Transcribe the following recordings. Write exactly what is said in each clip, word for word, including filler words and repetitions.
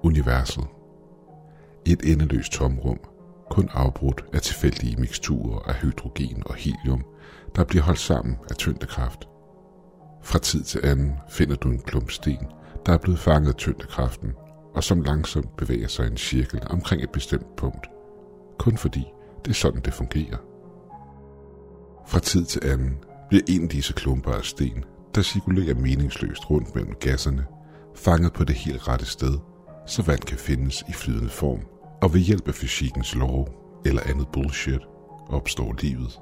Universet. Et endeløst tomrum, kun afbrudt af tilfældige miksturer af hydrogen og helium, der bliver holdt sammen af tyngdekraft. Fra tid til anden finder du en klump sten, der er blevet fanget af tyngdekraften, og som langsomt bevæger sig i en cirkel omkring et bestemt punkt, kun fordi det er sådan, det fungerer. Fra tid til anden bliver en af disse klumper af sten, der cirkulerer meningsløst rundt mellem gasserne, fanget på det helt rette sted, så vand kan findes i flydende form, og ved hjælp af fysikkens lov eller andet bullshit opstår livet.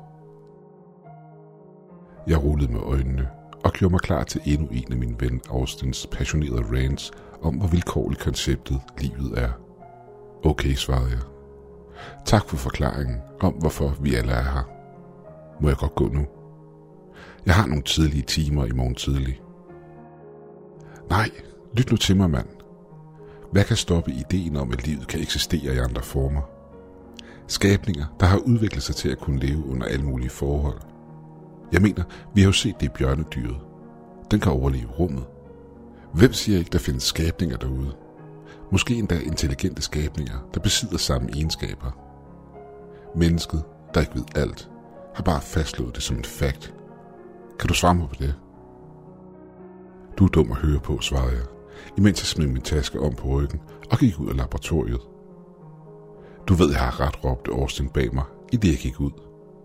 Jeg rullede med øjnene og gjorde mig klar til endnu en af min ven Austins passionerede rants om, hvor vilkårligt konceptet livet er. Okay, svarede jeg. Tak for forklaringen om, hvorfor vi alle er her. Må jeg godt gå nu? Jeg har nogle tidlige timer i morgen tidlig. Nej, lyt nu til mig, mand. Hvad kan stoppe ideen om, at livet kan eksistere i andre former? Skabninger, der har udviklet sig til at kunne leve under alle mulige forhold. Jeg mener, vi har jo set det i bjørnedyret. Den kan overleve rummet. Hvem siger ikke, der findes skabninger derude? Måske endda intelligente skabninger, der besidder samme egenskaber. Mennesket, der ikke ved alt, har bare fastslået det som en fakt. Kan du svare mig på det? Du er dum at høre på, svarede jeg, imens jeg smed min taske om på ryggen og gik ud af laboratoriet. Du ved, jeg har ret, råbte Austin bag mig, i det jeg gik ud.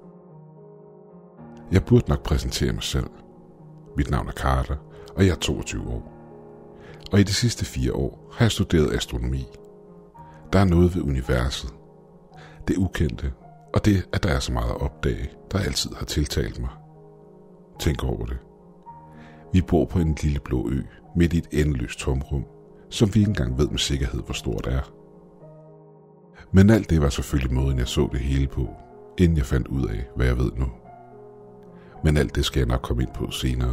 Jeg burde nok præsentere mig selv. Mit navn er Carter, og jeg er toogtyve år. Og i de sidste fire år har jeg studeret astronomi. Der er noget ved universet. Det ukendte, og det, at der er så meget at opdage, der altid har tiltalt mig. Tænk over det. Vi bor på en lille blå ø, midt i et endeløst tomrum, som vi ikke engang ved med sikkerhed, hvor stort det er. Men alt det var selvfølgelig måden, jeg så det hele på, inden jeg fandt ud af, hvad jeg ved nu. Men alt det skal jeg nok komme ind på senere.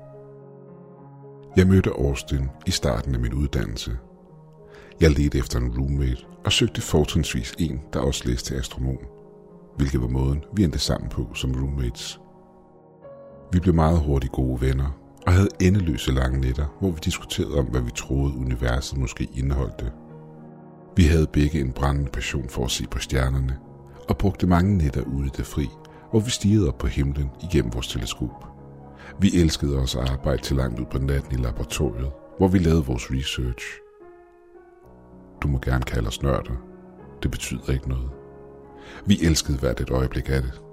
Jeg mødte Austin i starten af min uddannelse. Jeg ledte efter en roommate og søgte fortrinsvis en, der også læste til astronom, hvilket var måden, vi endte sammen på som roommates. Vi blev meget hurtigt gode venner og havde endeløse lange nætter, hvor vi diskuterede om, hvad vi troede universet måske indeholdte. Vi havde begge en brændende passion for at se på stjernerne og brugte mange nætter ude i det fri, hvor vi stirrede op på himlen igennem vores teleskop. Vi elskede også at arbejde til langt ud på natten i laboratoriet, hvor vi lavede vores research. Du må gerne kalde os nørder. Det betyder ikke noget. Vi elskede hvert et øjeblik af det.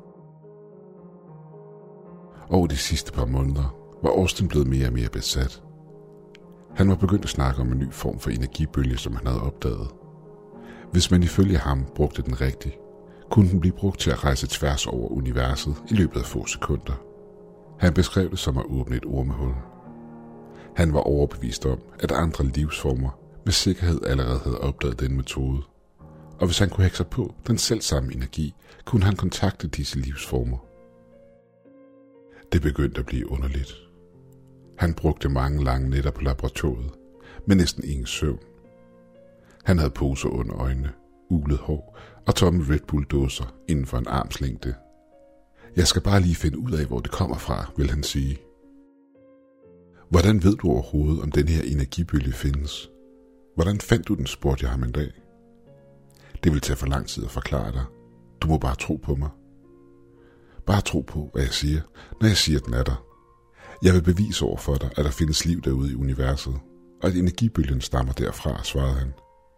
Over de sidste par måneder var Austin blevet mere og mere besat. Han var begyndt at snakke om en ny form for energibølge, som han havde opdaget. Hvis man ifølge ham brugte den rigtigt, kunne den blive brugt til at rejse tværs over universet i løbet af få sekunder. Han beskrev det som at åbne et ormehul. Han var overbevist om, at andre livsformer med sikkerhed allerede havde opdaget den metode, og hvis han kunne hække sig på den selvsamme energi, kunne han kontakte disse livsformer. Det begyndte at blive underligt. Han brugte mange lange nætter på laboratoriet, men næsten ingen søvn. Han havde poser under øjnene, ulet hår og tomme Red Bull-dåser inden for en armslængde. Jeg skal bare lige finde ud af, hvor det kommer fra, vil han sige. Hvordan ved du overhovedet, om den her energibølge findes? Hvordan fandt du den, spurgte jeg ham en dag. Det vil tage for lang tid at forklare dig. Du må bare tro på mig. Bare tro på, hvad jeg siger, når jeg siger, at den er der. Jeg vil bevise over for dig, at der findes liv derude i universet, og at energibølgen stammer derfra, svarede han.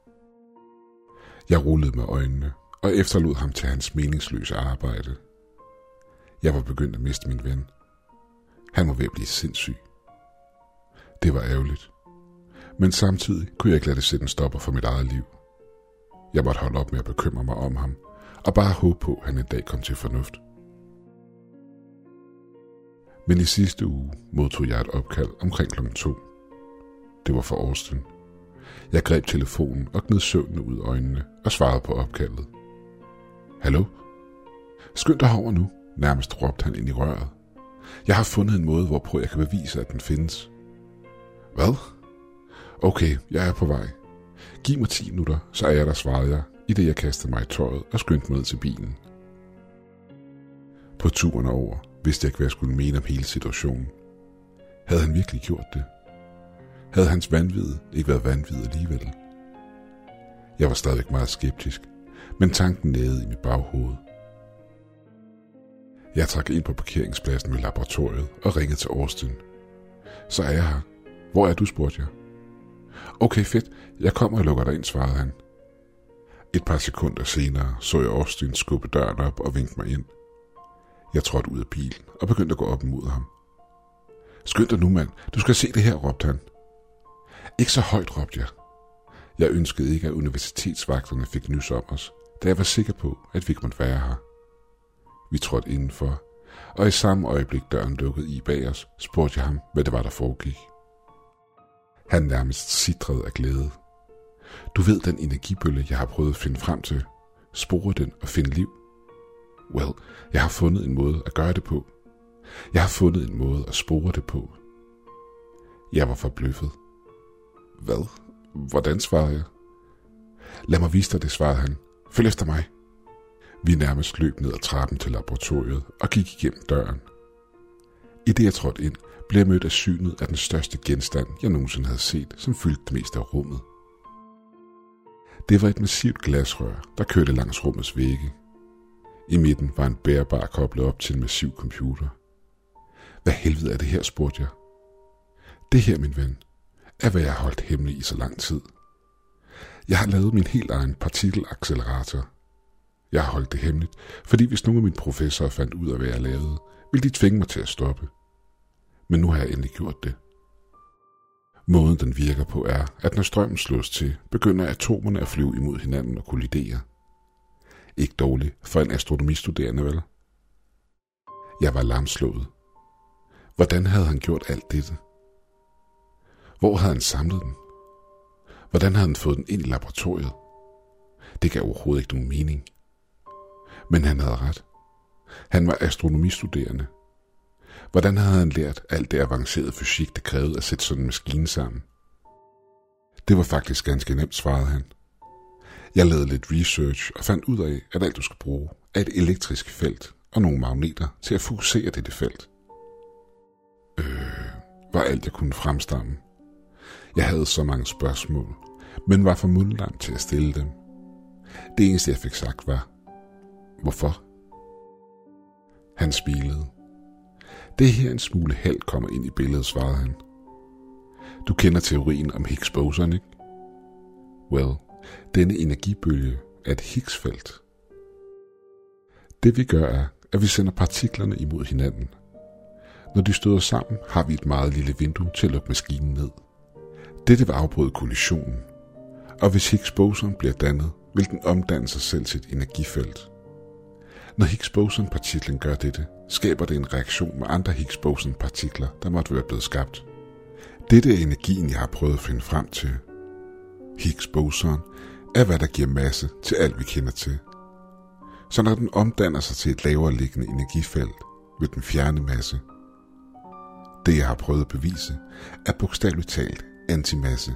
Jeg rullede med øjnene og efterlod ham til hans meningsløse arbejde. Jeg var begyndt at miste min ven. Han var ved at blive sindssyg. Det var ærgerligt. Men samtidig kunne jeg ikke lade det sætte en stopper for mit eget liv. Jeg måtte holde op med at bekymre mig om ham, og bare håbe på, at han en dag kom til fornuft. Men i sidste uge modtog jeg et opkald omkring klokken to. Det var fra Austin. Jeg greb telefonen og gned søvnene ud af øjnene og svarede på opkaldet. Hallo? Skynd dig herover nu, nærmest råbte han ind i røret. Jeg har fundet en måde, hvorpå jeg kan bevise, at den findes. Hvad? Okay, jeg er på vej. Giv mig ti minutter, så er jeg der, svarede jeg, i det jeg kastede mig i tøjet og skyndte mig ned til bilen. På turen over vidste jeg ikke, hvad jeg skulle mene om hele situationen. Havde han virkelig gjort det? Havde hans vanvid ikke været vanvid alligevel? Jeg var stadigvæk meget skeptisk, men tanken nede i mit baghoved. Jeg trak ind på parkeringspladsen ved laboratoriet og ringede til Austin. Så er jeg her. Hvor er du, spurgte jeg. Okay, fedt. Jeg kommer og lukker dig ind, svarede han. Et par sekunder senere så jeg Austin skubbe døren op og vinke mig ind. Jeg trådte ud af bilen og begyndte at gå op imod ham. Skynd dig nu, mand. Du skal se det her, råbte han. Ikke så højt, råbte jeg. Jeg ønskede ikke, at universitetsvagterne fik nys om os, da jeg var sikker på, at vi ikke måtte være her. Vi trådte indenfor, og i samme øjeblik døren lukkede i bag os, spurgte jeg ham, hvad det var, der foregik. Han nærmest sitrede af glæde. Du ved den energibølge, jeg har prøvet at finde frem til. Spore den og finde liv. Well, jeg har fundet en måde at gøre det på. Jeg har fundet en måde at spore det på. Jeg var forbløffet. Hvad? Hvordan, svarede jeg. Lad mig vise dig det, svarede han. Følg efter mig. Vi nærmest løb ned ad trappen til laboratoriet og gik igennem døren. I det jeg trådte ind, blev jeg mødt af synet af den største genstand, jeg nogensinde havde set, som fyldte det meste af rummet. Det var et massivt glasrør, der kørte langs rummets vægge. I midten var en bærbar koblet op til en massiv computer. Hvad helvede er det her, spurgte jeg. Det her, min ven, er hvad jeg har holdt hemmeligt i så lang tid. Jeg har lavet min helt egen partikelaccelerator. Jeg har holdt det hemmeligt, fordi hvis nogle af mine professorer fandt ud af, hvad jeg lavede, ville de tvinge mig til at stoppe. Men nu har jeg endelig gjort det. Måden den virker på er, at når strømmen slås til, begynder atomerne at flyve imod hinanden og kollidere. Ikke dårligt for en astronomistuderende, vel? Jeg var lamslået. Hvordan havde han gjort alt dette? Hvor havde han samlet den? Hvordan havde han fået den ind i laboratoriet? Det gav overhovedet ikke nogen mening. Men han havde ret. Han var astronomistuderende. Hvordan havde han lært alt det avancerede fysik, det krævede at sætte sådan en maskine sammen? Det var faktisk ganske nemt, svarede han. Jeg lavede lidt research og fandt ud af, at alt du skal bruge er et elektrisk felt og nogle magneter til at fokusere dette felt. Øh, var alt jeg kunne fremstamme. Jeg havde så mange spørgsmål, men var for mundlam til at stille dem. Det eneste jeg fik sagt var, hvorfor? Han smilede. Det her en smule held kommer ind i billedet, svarede han. Du kender teorien om Higgs-boson, ikke? Well, denne energibølge er et Higgs-felt. Det vi gør er, at vi sender partiklerne imod hinanden. Når de støder sammen, har vi et meget lille vindue til at lukke maskinen ned. Dette vil afbryde kollisionen, og hvis Higgs-boson bliver dannet, vil den omdanne sig selv til et energifelt. Når Higgs-boson-partiklen gør dette, skaber det en reaktion med andre Higgs-boson-partikler, der måtte være blevet skabt. Dette er energien, jeg har prøvet at finde frem til. Higgs-boson er, hvad der giver masse til alt, vi kender til. Så når den omdanner sig til et lavere liggende energifelt, vil den fjerne masse. Det, jeg har prøvet at bevise, er bogstaveligt talt antimasse.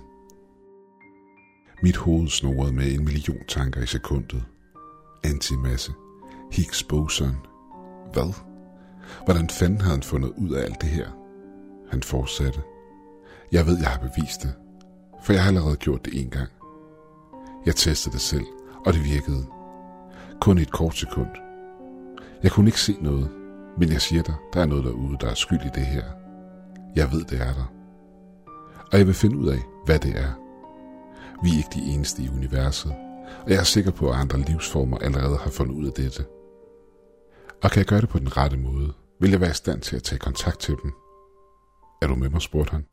Mit hoved snorede med en million tanker i sekundet. Antimasse. Higgs-boson. Hvad? Hvordan fanden havde han fundet ud af alt det her? Han fortsatte. Jeg ved, jeg har bevist det, for jeg har allerede gjort det en gang. Jeg testede det selv, og det virkede. Kun i et kort sekund. Jeg kunne ikke se noget, men jeg siger dig, der er noget derude, der er skyld i det her. Jeg ved, det er der. Og jeg vil finde ud af, hvad det er. Vi er ikke de eneste i universet, og jeg er sikker på, at andre livsformer allerede har fundet ud af dette. Og kan jeg gøre det på den rette måde, vil jeg være i stand til at tage kontakt til dem. Er du med mig, spurgte han.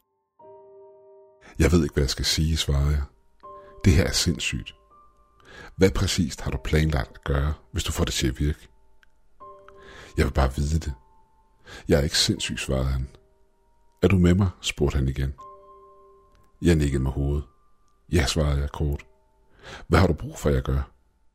Jeg ved ikke, hvad jeg skal sige, svarede jeg. Det her er sindssygt. Hvad præcist har du planlagt at gøre, hvis du får det til at virke? Jeg vil bare vide det. Jeg er ikke sindssyg, svarede han. Er du med mig, spurgte han igen. Jeg nikkede med hovedet. Ja, svarede jeg kort. Hvad har du brug for, jeg gør?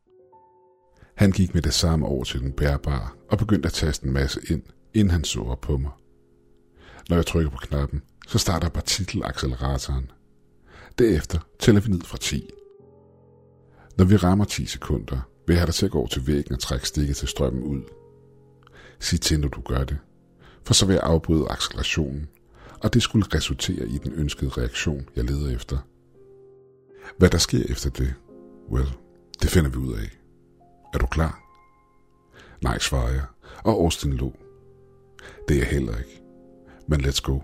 Han gik med det samme over til den bærbare og begyndte at taste en masse ind, inden han så op på mig. Når jeg trykker på knappen, så starter partikelacceleratoren. Derefter tæller vi ned fra ti. Når vi rammer ti sekunder, vil jeg have dig til at gå over til væggen og trække stikket til strømmen ud. Sig til, når du gør det, for så vil jeg afbryde accelerationen, og det skulle resultere i den ønskede reaktion, jeg leder efter. Hvad der sker efter det, well, det finder vi ud af. Er du klar? Nej, svarede jeg, og Austin lå. Det er jeg heller ikke. Men let's go.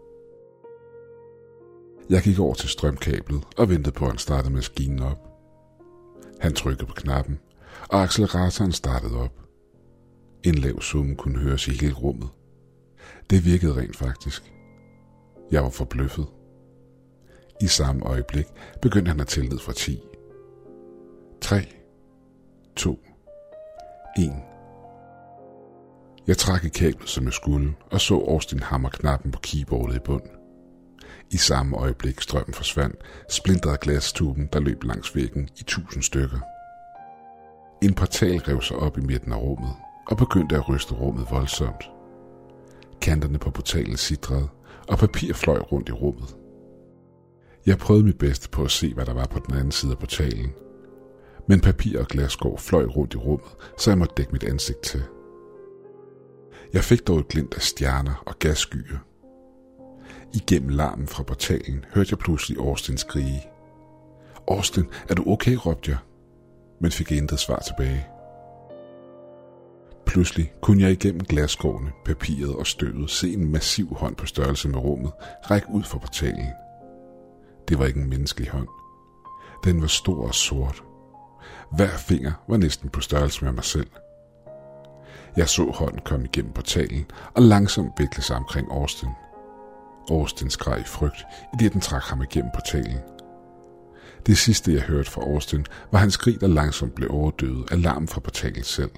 Jeg gik over til strømkablet og ventede på, at han startede maskinen op. Han trykkede på knappen, og acceleratoren startede op. En lav summe kunne høres i hele rummet. Det virkede rent faktisk. Jeg var forbløffet. I samme øjeblik begyndte han at tælle ned fra ti. tre, to, en. Jeg trak i kablet, som jeg skulle, og så Austin hammer knappen på keyboardet i bund. I samme øjeblik strømmen forsvandt, splintede glastuben, der løb langs væggen i tusind stykker. En portal rev sig op i midten af rummet, og begyndte at ryste rummet voldsomt. Kanterne på portalen sitrede, og papir fløj rundt i rummet. Jeg prøvede mit bedste på at se, hvad der var på den anden side af portalen. Men papir og glasskår fløj rundt i rummet, så jeg måtte dække mit ansigt til. Jeg fik dog et glimt af stjerner og gasskyer. Igennem larmen fra portalen hørte jeg pludselig Austin skrige. Austin, er du okay, råbte jeg, men fik intet svar tilbage. Pludselig kunne jeg igennem glasskårene, papiret og støvet se en massiv hånd på størrelse med rummet række ud fra portalen. Det var ikke en menneskelig hånd. Den var stor og sort. Hver finger var næsten på størrelse med mig selv. Jeg så hånden komme igennem portalen og langsomt vikle sig omkring Austin. Austin skreg i frygt, idet den trak ham igennem portalen. Det sidste, jeg hørte fra Austin, var hans skrig, der langsomt blev overdøvet af larmen fra portalen selv.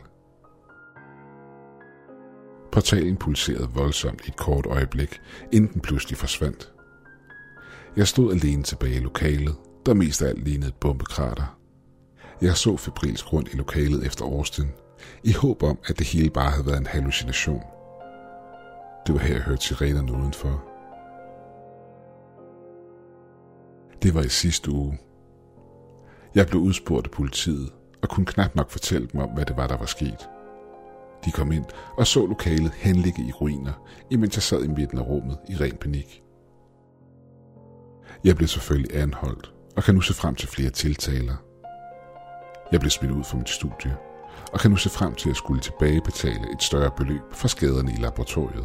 Portalen pulserede voldsomt i et kort øjeblik, inden den pludselig forsvandt. Jeg stod alene tilbage i lokalet, der mest af alt lignede et bombekrater. Jeg så febrilsk rundt i lokalet efter Austin, i håb om, at det hele bare havde været en hallucination. Det var her, jeg hørte sirenerne udenfor. Det var i sidste uge. Jeg blev udspurgt af politiet, og kunne knap nok fortælle dem om, hvad det var, der var sket. De kom ind og så lokalet henligge i ruiner, imens jeg sad i midten af rummet i ren panik. Jeg blev selvfølgelig anholdt, og kan nu se frem til flere tiltaler. Jeg blev smidt ud fra mit studie, og kan nu se frem til at skulle tilbagebetale et større beløb for skaderne i laboratoriet.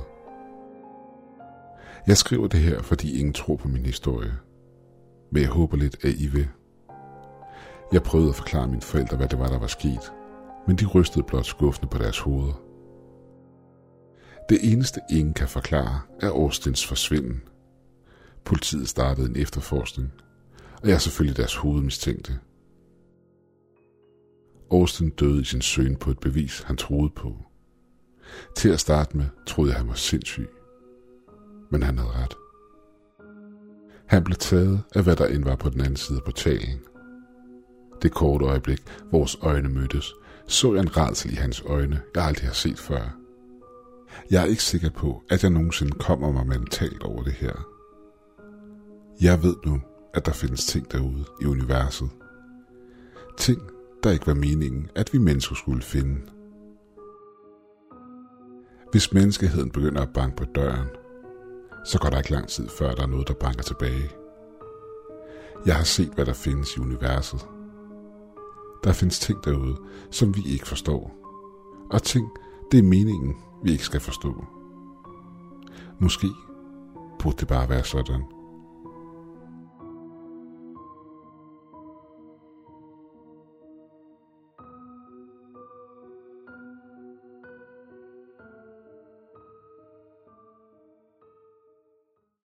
Jeg skriver det her, fordi ingen tror på min historie, men jeg håber lidt, at I vil. Jeg prøvede at forklare mine forældre, hvad det var, der var sket, men de rystede blot skuffende på deres hoveder. Det eneste, ingen kan forklare, er Austins forsvinden. Politiet startede en efterforskning, og jeg er selvfølgelig deres hovedmistænkte. Austin døde i sin søgen på et bevis, han troede på. Til at starte med troede jeg, han var sindssyg, men han havde ret. Han blev taget af, hvad der end var på den anden side af portalen. Det korte øjeblik, vores øjne mødtes, så jeg en rædsel i hans øjne, jeg aldrig har set før. Jeg er ikke sikker på, at jeg nogensinde kommer mig mentalt over det her. Jeg ved nu, at der findes ting derude i universet. Ting, der ikke var meningen, at vi mennesker skulle finde. Hvis menneskeheden begynder at banke på døren, så går der ikke lang tid før, der er noget, der banker tilbage. Jeg har set, hvad der findes i universet. Der findes ting derude, som vi ikke forstår. Og ting, det er meningen, vi ikke skal forstå. Måske burde det bare være sådan.